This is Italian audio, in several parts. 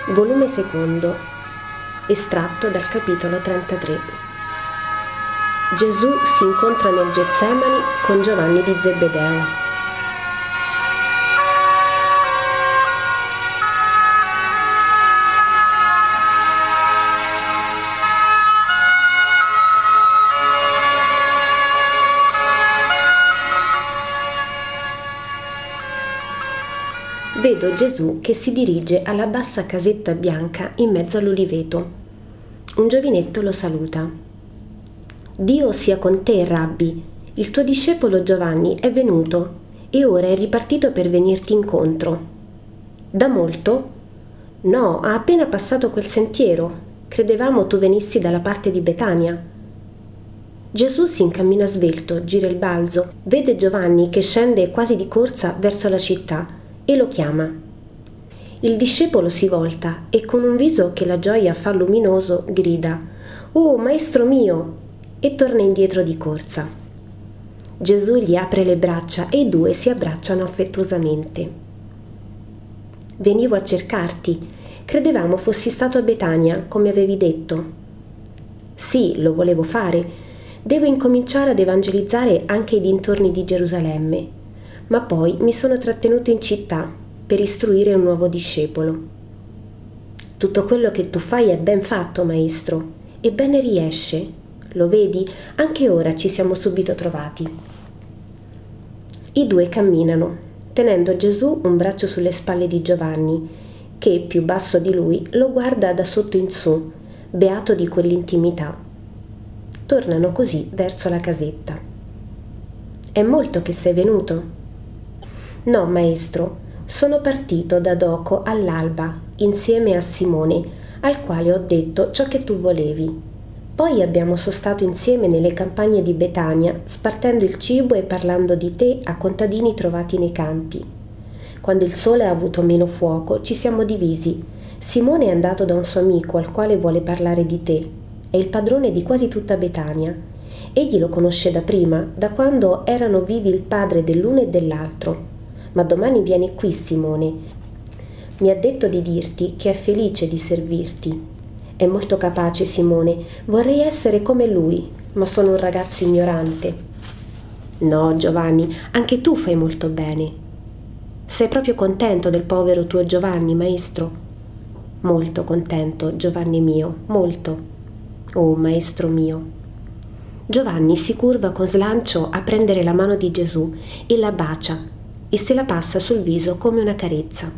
Volume secondo, estratto dal capitolo 33. Gesù si incontra nel Getsemani con Giovanni di Zebedeo. Vedo Gesù che si dirige alla bassa casetta bianca in mezzo all'uliveto. Un giovinetto lo saluta. Dio sia con te, Rabbi. Il tuo discepolo Giovanni è venuto e ora è ripartito per venirti incontro. Da molto? No, ha appena passato quel sentiero. Credevamo tu venissi dalla parte di Betania. Gesù si incammina svelto, gira il balzo, vede Giovanni che scende quasi di corsa verso la città e lo chiama. Il discepolo si volta e con un viso che la gioia fa luminoso grida: «Oh, maestro mio!» e torna indietro di corsa. Gesù gli apre le braccia e i due si abbracciano affettuosamente. «Venivo a cercarti. Credevamo fossi stato a Betania, come avevi detto». «Sì, lo volevo fare. Devo incominciare ad evangelizzare anche i dintorni di Gerusalemme. Ma poi mi sono trattenuto in città per istruire un nuovo discepolo». «Tutto quello che tu fai è ben fatto, maestro, e bene riesce. Lo vedi? Anche ora ci siamo subito trovati». I due camminano, tenendo Gesù un braccio sulle spalle di Giovanni, che, più basso di lui, lo guarda da sotto in su, beato di quell'intimità. Tornano così verso la casetta. «È molto che sei venuto?» «No, maestro, sono partito da Doco all'alba, insieme a Simone, al quale ho detto ciò che tu volevi. Poi abbiamo sostato insieme nelle campagne di Betania, spartendo il cibo e parlando di te a contadini trovati nei campi. Quando il sole ha avuto meno fuoco, ci siamo divisi. Simone è andato da un suo amico al quale vuole parlare di te. È il padrone di quasi tutta Betania. Egli lo conosce da prima, da quando erano vivi il padre dell'uno e dell'altro. Ma domani vieni qui, Simone. Mi ha detto di dirti che è felice di servirti. È molto capace, Simone. Vorrei essere come lui, ma sono un ragazzo ignorante». «No, Giovanni, anche tu fai molto bene». «Sei proprio contento del povero tuo Giovanni, maestro?» «Molto contento, Giovanni mio, molto. Oh, maestro mio». Giovanni si curva con slancio a prendere la mano di Gesù e la bacia e se la passa sul viso come una carezza.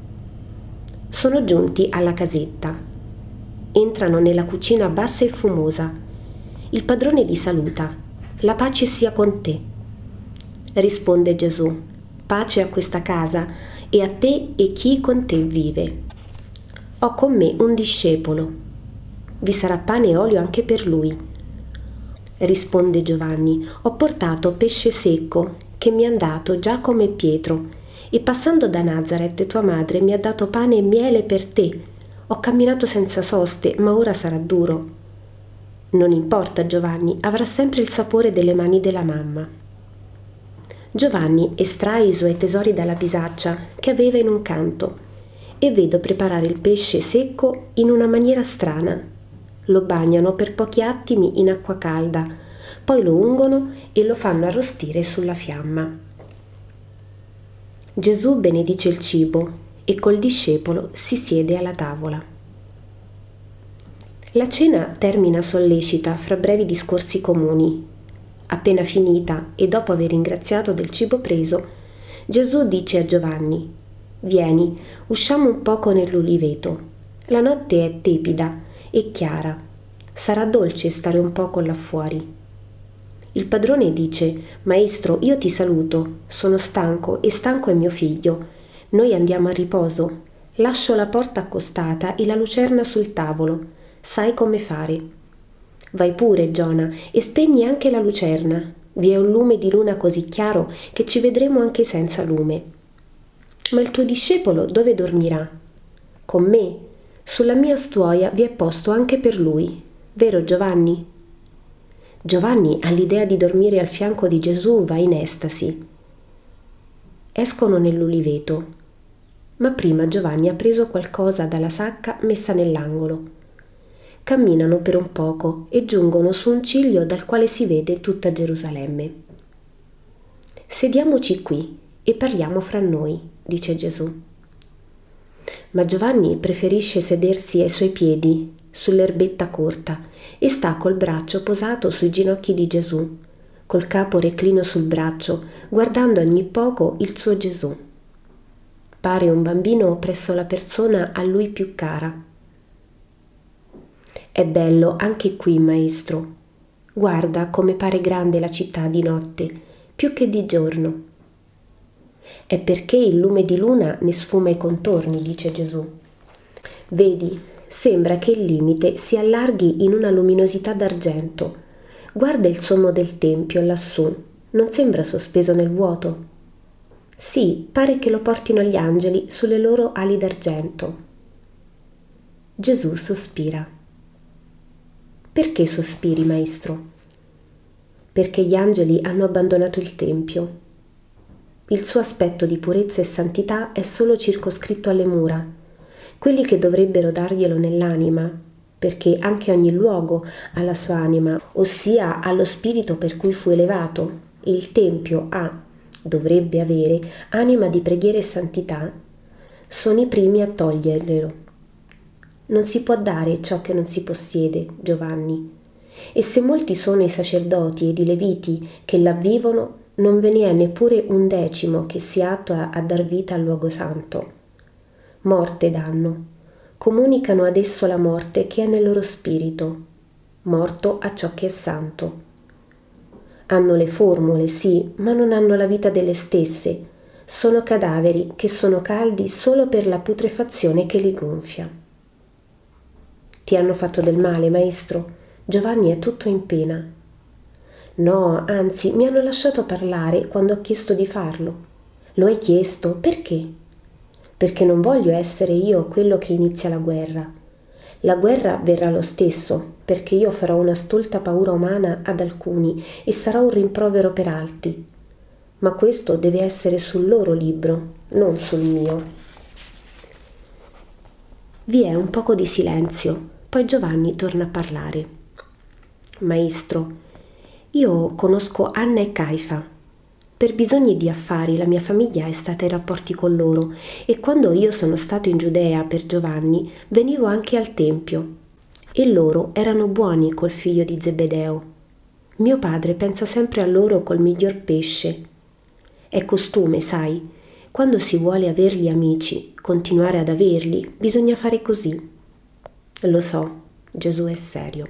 Sono giunti alla casetta. Entrano nella cucina bassa e fumosa. Il padrone li saluta. «La pace sia con te». Risponde Gesù: «Pace a questa casa e a te e chi con te vive. Ho con me un discepolo. Vi sarà pane e olio anche per lui». Risponde Giovanni: «Ho portato pesce secco che mi ha dato Giacomo e Pietro, e passando da Nazaret tua madre mi ha dato pane e miele per te. Ho camminato senza soste, ma ora sarà duro». «Non importa, Giovanni, avrà sempre il sapore delle mani della mamma». Giovanni estrae i suoi tesori dalla bisaccia che aveva in un canto e vedo preparare il pesce secco in una maniera strana. Lo bagnano per pochi attimi in acqua calda, poi lo ungono e lo fanno arrostire sulla fiamma. Gesù benedice il cibo e col discepolo si siede alla tavola. La cena termina sollecita fra brevi discorsi comuni. Appena finita e dopo aver ringraziato del cibo preso, Gesù dice a Giovanni: «Vieni, usciamo un poco nell'uliveto. La notte è tepida e chiara. Sarà dolce stare un poco là fuori». Il padrone dice: «Maestro, io ti saluto, sono stanco e stanco è mio figlio. Noi andiamo a riposo. Lascio la porta accostata e la lucerna sul tavolo. Sai come fare». «Vai pure, Giona, e spegni anche la lucerna. Vi è un lume di luna così chiaro che ci vedremo anche senza lume». «Ma il tuo discepolo dove dormirà?» «Con me. Sulla mia stuoia vi è posto anche per lui. Vero, Giovanni?» Giovanni, all'idea di dormire al fianco di Gesù, va in estasi. Escono nell'uliveto. ma prima Giovanni ha preso qualcosa dalla sacca messa nell'angolo. Camminano per un poco e giungono su un ciglio dal quale si vede tutta Gerusalemme. Sediamoci qui e parliamo fra noi, dice Gesù. Ma Giovanni preferisce sedersi ai suoi piedi, sull'erbetta corta, e sta col braccio posato sui ginocchi di Gesù, col capo reclino sul braccio, guardando ogni poco il suo Gesù. Pare un bambino presso la persona a lui più cara. È bello anche qui, maestro. Guarda come pare grande la città di notte, più che di giorno. È perché il lume di luna ne sfuma i contorni, dice Gesù. Vedi, sembra che il limite si allarghi in una luminosità d'argento. Guarda il sommo del tempio lassù, non sembra sospeso nel vuoto? Sì, pare che lo portino gli angeli sulle loro ali d'argento. Gesù sospira. Perché sospiri, maestro? Perché gli angeli hanno abbandonato il tempio. Il suo aspetto di purezza e santità è solo circoscritto alle mura, quelli che dovrebbero darglielo nell'anima, perché anche ogni luogo ha la sua anima, ossia ha lo spirito per cui fu elevato, e il tempio dovrebbe avere anima di preghiera e santità, sono i primi a toglierglielo. Non si può dare ciò che non si possiede, Giovanni, e se molti sono i sacerdoti ed i leviti che là vivono, non ve ne è neppure un decimo che si attua a dar vita al luogo santo. Morte danno, comunicano ad esso la morte che è nel loro spirito, morto a ciò che è santo. Hanno le formule, sì, ma non hanno la vita delle stesse, sono cadaveri che sono caldi solo per la putrefazione che li gonfia. Ti hanno fatto del male, maestro? Giovanni è tutto in pena. No, anzi, mi hanno lasciato parlare quando ho chiesto di farlo. Lo hai chiesto? Perché? Perché non voglio essere io quello che inizia la guerra. La guerra verrà lo stesso, perché io farò una stolta paura umana ad alcuni e sarò un rimprovero per altri. Ma questo deve essere sul loro libro, non sul mio. Vi è un poco di silenzio. Poi Giovanni torna a parlare. Maestro, io conosco Anna e Caifa. Per bisogni di affari la mia famiglia è stata in rapporti con loro e quando io sono stato in Giudea per Giovanni venivo anche al Tempio e loro erano buoni col figlio di Zebedeo. Mio padre pensa sempre a loro col miglior pesce. È costume, sai, quando si vuole averli amici, continuare ad averli, bisogna fare così. Lo so, Gesù è serio.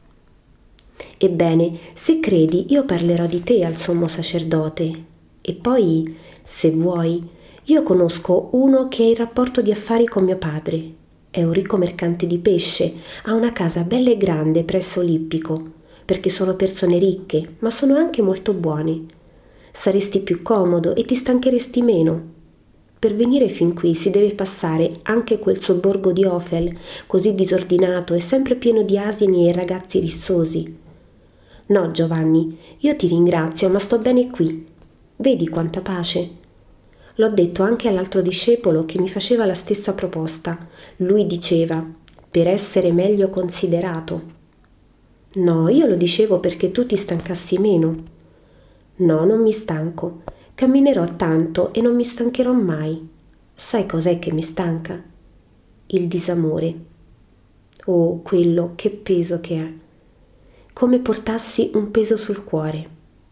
Ebbene, se credi, io parlerò di te al sommo sacerdote. E poi, se vuoi, io conosco uno che ha il rapporto di affari con mio padre. È un ricco mercante di pesce, ha una casa bella e grande presso l'Ippico, perché sono persone ricche, ma sono anche molto buoni. Saresti più comodo e ti stancheresti meno. Per venire fin qui si deve passare anche quel sobborgo di Ofel, così disordinato e sempre pieno di asini e ragazzi rissosi. No, Giovanni, io ti ringrazio, ma sto bene qui. Vedi quanta pace? L'ho detto anche all'altro discepolo che mi faceva la stessa proposta. Lui diceva, per essere meglio considerato. No, io lo dicevo perché tu ti stancassi meno. No, non mi stanco. Camminerò tanto e non mi stancherò mai. Sai cos'è che mi stanca? Il disamore. Oh, quello, che peso che è. Come portassi un peso sul cuore.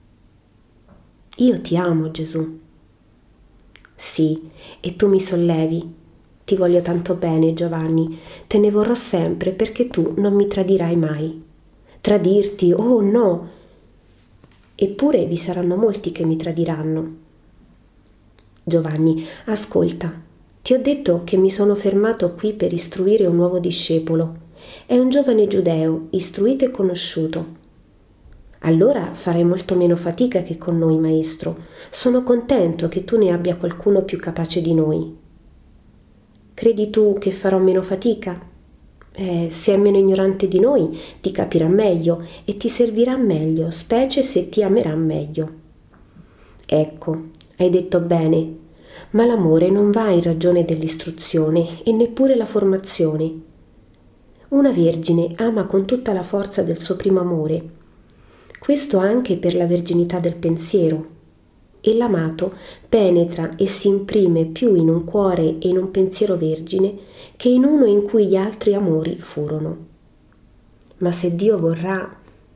Io ti amo, Gesù. Sì, e tu mi sollevi. Ti voglio tanto bene, Giovanni. Te ne vorrò sempre perché tu non mi tradirai mai. Tradirti, oh no! Eppure vi saranno molti che mi tradiranno. Giovanni, ascolta, ti ho detto che mi sono fermato qui per istruire un nuovo discepolo. È un giovane giudeo, istruito e conosciuto. Allora farai molto meno fatica che con noi, maestro. Sono contento che tu ne abbia qualcuno più capace di noi. Credi tu che farò meno fatica? Se è meno ignorante di noi, ti capirà meglio e ti servirà meglio, specie se ti amerà meglio. Ecco, hai detto bene, Ma l'amore non va in ragione dell'istruzione e neppure la formazione. Una vergine ama con tutta la forza del suo primo amore, questo anche per la verginità del pensiero, e l'amato penetra e si imprime più in un cuore e in un pensiero vergine che in uno in cui gli altri amori furono. Ma se Dio vorrà...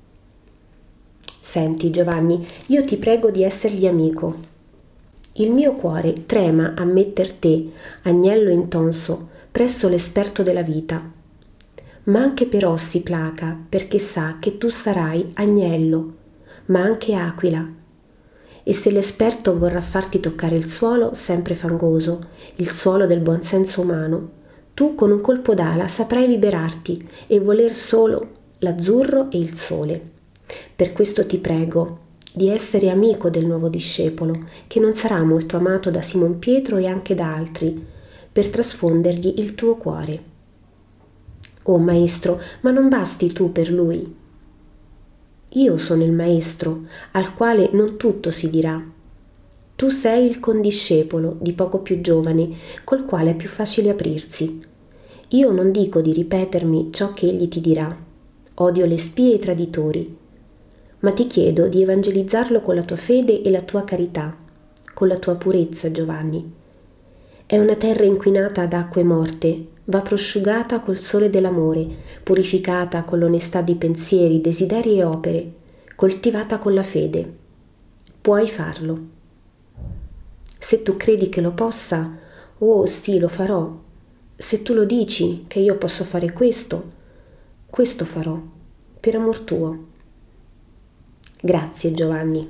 Senti, Giovanni, io ti prego di essergli amico. Il mio cuore trema a metter te, agnello intonso, presso l'esperto della vita. Ma anche però si placa perché sa che tu sarai agnello, ma anche aquila. E se l'esperto vorrà farti toccare il suolo sempre fangoso, il suolo del buonsenso umano, tu con un colpo d'ala saprai liberarti e voler solo l'azzurro e il sole. Per questo ti prego di essere amico del nuovo discepolo, che non sarà molto amato da Simon Pietro e anche da altri, per trasfondergli il tuo cuore. Oh Maestro, ma non basti tu per lui? Io sono il Maestro, al quale non tutto si dirà. Tu sei il condiscepolo di poco più giovane, col quale è più facile aprirsi. Io non dico di ripetermi ciò che egli ti dirà. Odio le spie e i traditori. Ma ti chiedo di evangelizzarlo con la tua fede e la tua carità, con la tua purezza, Giovanni. È una terra inquinata da acque morte, va prosciugata col sole dell'amore, purificata con l'onestà di pensieri, desideri e opere, coltivata con la fede. Puoi farlo. Se tu credi che lo possa, oh sì, lo farò. Se tu lo dici che io posso fare questo farò, per amor tuo. Grazie, Giovanni.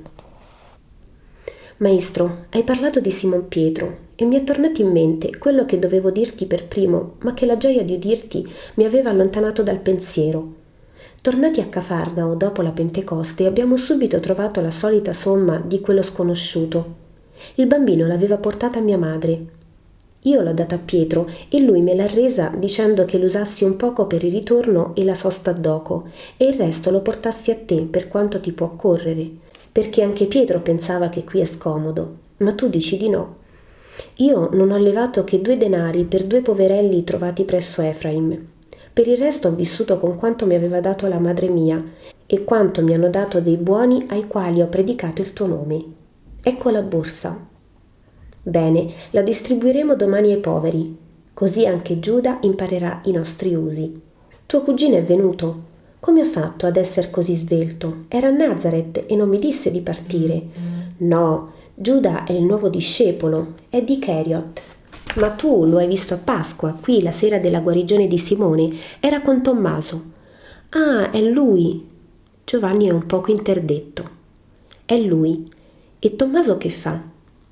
Maestro, hai parlato di Simon Pietro e mi è tornato in mente quello che dovevo dirti per primo, ma che la gioia di udirti mi aveva allontanato dal pensiero. Tornati a Cafarnao dopo la Pentecoste, abbiamo subito trovato la solita somma di quello sconosciuto. Il bambino l'aveva portata a mia madre. Io l'ho data a Pietro e lui me l'ha resa dicendo che l'usassi un poco per il ritorno e la sosta doco e il resto lo portassi a te per quanto ti può occorrere, perché anche Pietro pensava che qui è scomodo, ma tu dici di no. Io non ho levato che 2 denari per 2 poverelli trovati presso Efraim. Per il resto ho vissuto con quanto mi aveva dato la madre mia e quanto mi hanno dato dei buoni ai quali ho predicato il tuo nome. Ecco la borsa. Bene, la distribuiremo domani ai poveri, così anche Giuda imparerà i nostri usi. Tuo cugino è venuto. Come ha fatto ad essere così svelto? Era a Nazareth e non mi disse di partire. No, Giuda è il nuovo discepolo, è di Cheriot. Ma tu lo hai visto a Pasqua, qui la sera della guarigione di Simone, era con Tommaso. Ah, è lui. Giovanni è un poco interdetto. È lui. E Tommaso che fa?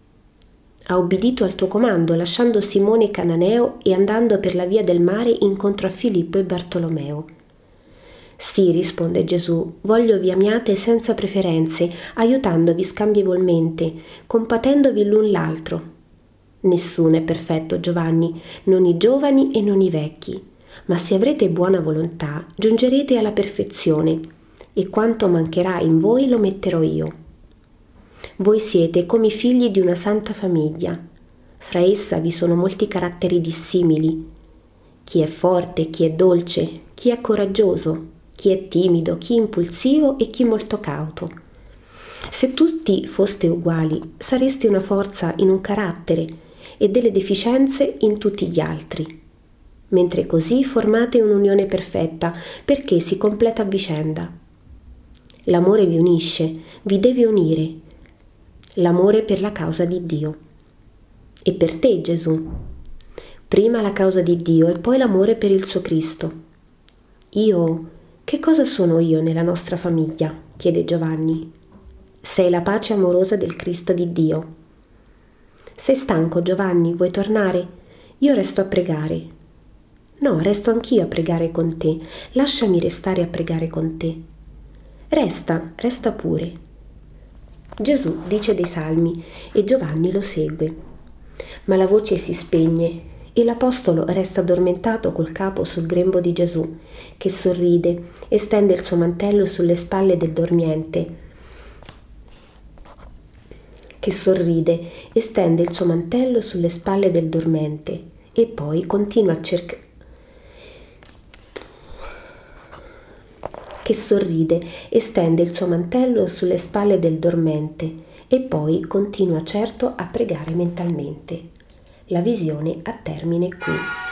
Ha obbedito al tuo comando, lasciando Simone Cananeo e andando per la via del mare incontro a Filippo e Bartolomeo. Sì, risponde Gesù, voglio vi amiate senza preferenze, aiutandovi scambievolmente, compatendovi l'un l'altro. Nessuno è perfetto, Giovanni, non i giovani e non i vecchi, ma se avrete buona volontà giungerete alla perfezione, e quanto mancherà in voi lo metterò io. Voi siete come i figli di una santa famiglia. Fra essa vi sono molti caratteri dissimili. Chi è forte, chi è dolce, chi è coraggioso, chi è timido, chi impulsivo e chi molto cauto. Se tutti foste uguali, sareste una forza in un carattere e delle deficienze in tutti gli altri. Mentre così formate un'unione perfetta, perché si completa a vicenda. L'amore vi unisce, vi deve unire. L'amore per la causa di Dio. E per te, Gesù. Prima la causa di Dio e poi l'amore per il suo Cristo. Io, che cosa sono io nella nostra famiglia? Chiede Giovanni. Sei la pace amorosa del Cristo di Dio. Sei stanco, Giovanni? Vuoi tornare? Io resto a pregare. No, resto anch'io a pregare con te. Lasciami restare a pregare con te. Resta pure. Gesù dice dei salmi e Giovanni lo segue. Ma la voce si spegne e l'apostolo resta addormentato col capo sul grembo di Gesù, che sorride e stende il suo mantello sulle spalle del dormiente, che sorride e stende il suo mantello sulle spalle del dormente e poi continua a cercare che sorride e stende il suo mantello sulle spalle del dormente e poi continua certo a pregare mentalmente. La visione ha termine qui.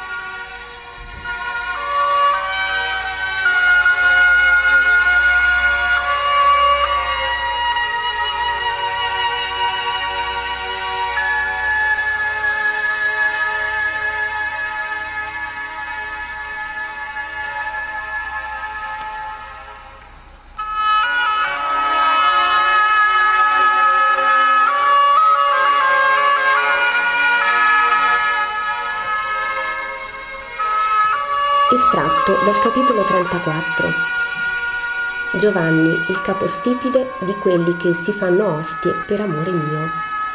Estratto dal capitolo 34. Giovanni, il capostipite di quelli che si fanno ostie per amore mio.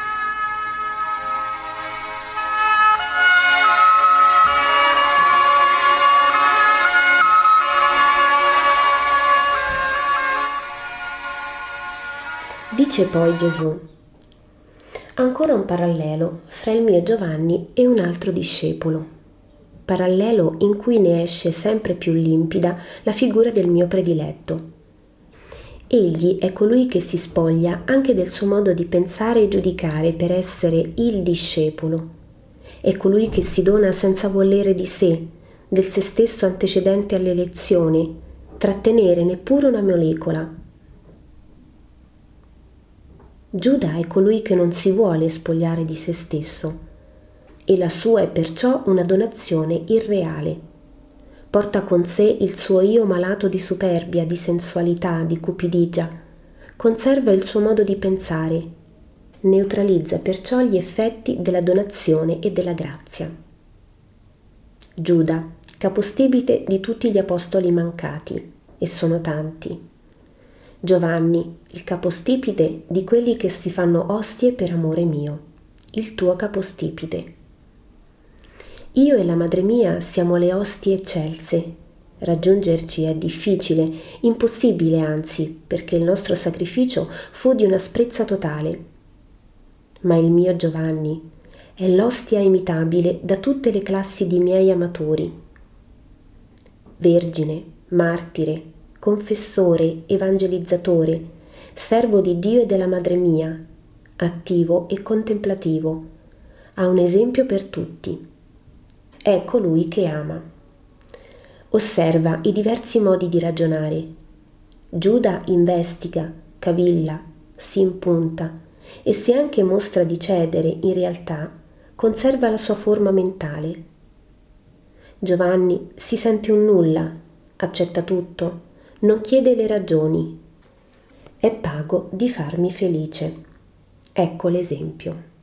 Dice poi Gesù: ancora un parallelo fra il mio Giovanni e un altro discepolo. Parallelo in cui ne esce sempre più limpida la figura del mio prediletto. Egli è colui che si spoglia anche del suo modo di pensare e giudicare per essere il discepolo. È colui che si dona senza volere di sé, del se stesso antecedente all'elezione, trattenere neppure una molecola. Giuda è colui che non si vuole spogliare di se stesso, e la sua è perciò una donazione irreale. Porta con sé il suo io malato di superbia, di sensualità, di cupidigia, conserva il suo modo di pensare, neutralizza perciò gli effetti della donazione e della grazia. Giuda, capostipite di tutti gli apostoli mancati, e sono tanti. Giovanni, il capostipite di quelli che si fanno ostie per amore mio, il tuo capostipite. Io e la madre mia siamo le ostie eccelse. Raggiungerci è difficile, impossibile anzi, perché il nostro sacrificio fu di un'asprezza totale. Ma il mio Giovanni è l'ostia imitabile da tutte le classi di miei amatori. Vergine, martire, confessore, evangelizzatore, servo di Dio e della madre mia, attivo e contemplativo, ha un esempio per tutti. È colui che ama. Osserva i diversi modi di ragionare. Giuda investiga, cavilla, si impunta e se anche mostra di cedere, in realtà conserva la sua forma mentale. Giovanni si sente un nulla, accetta tutto, non chiede le ragioni. È pago di farmi felice. Ecco l'esempio.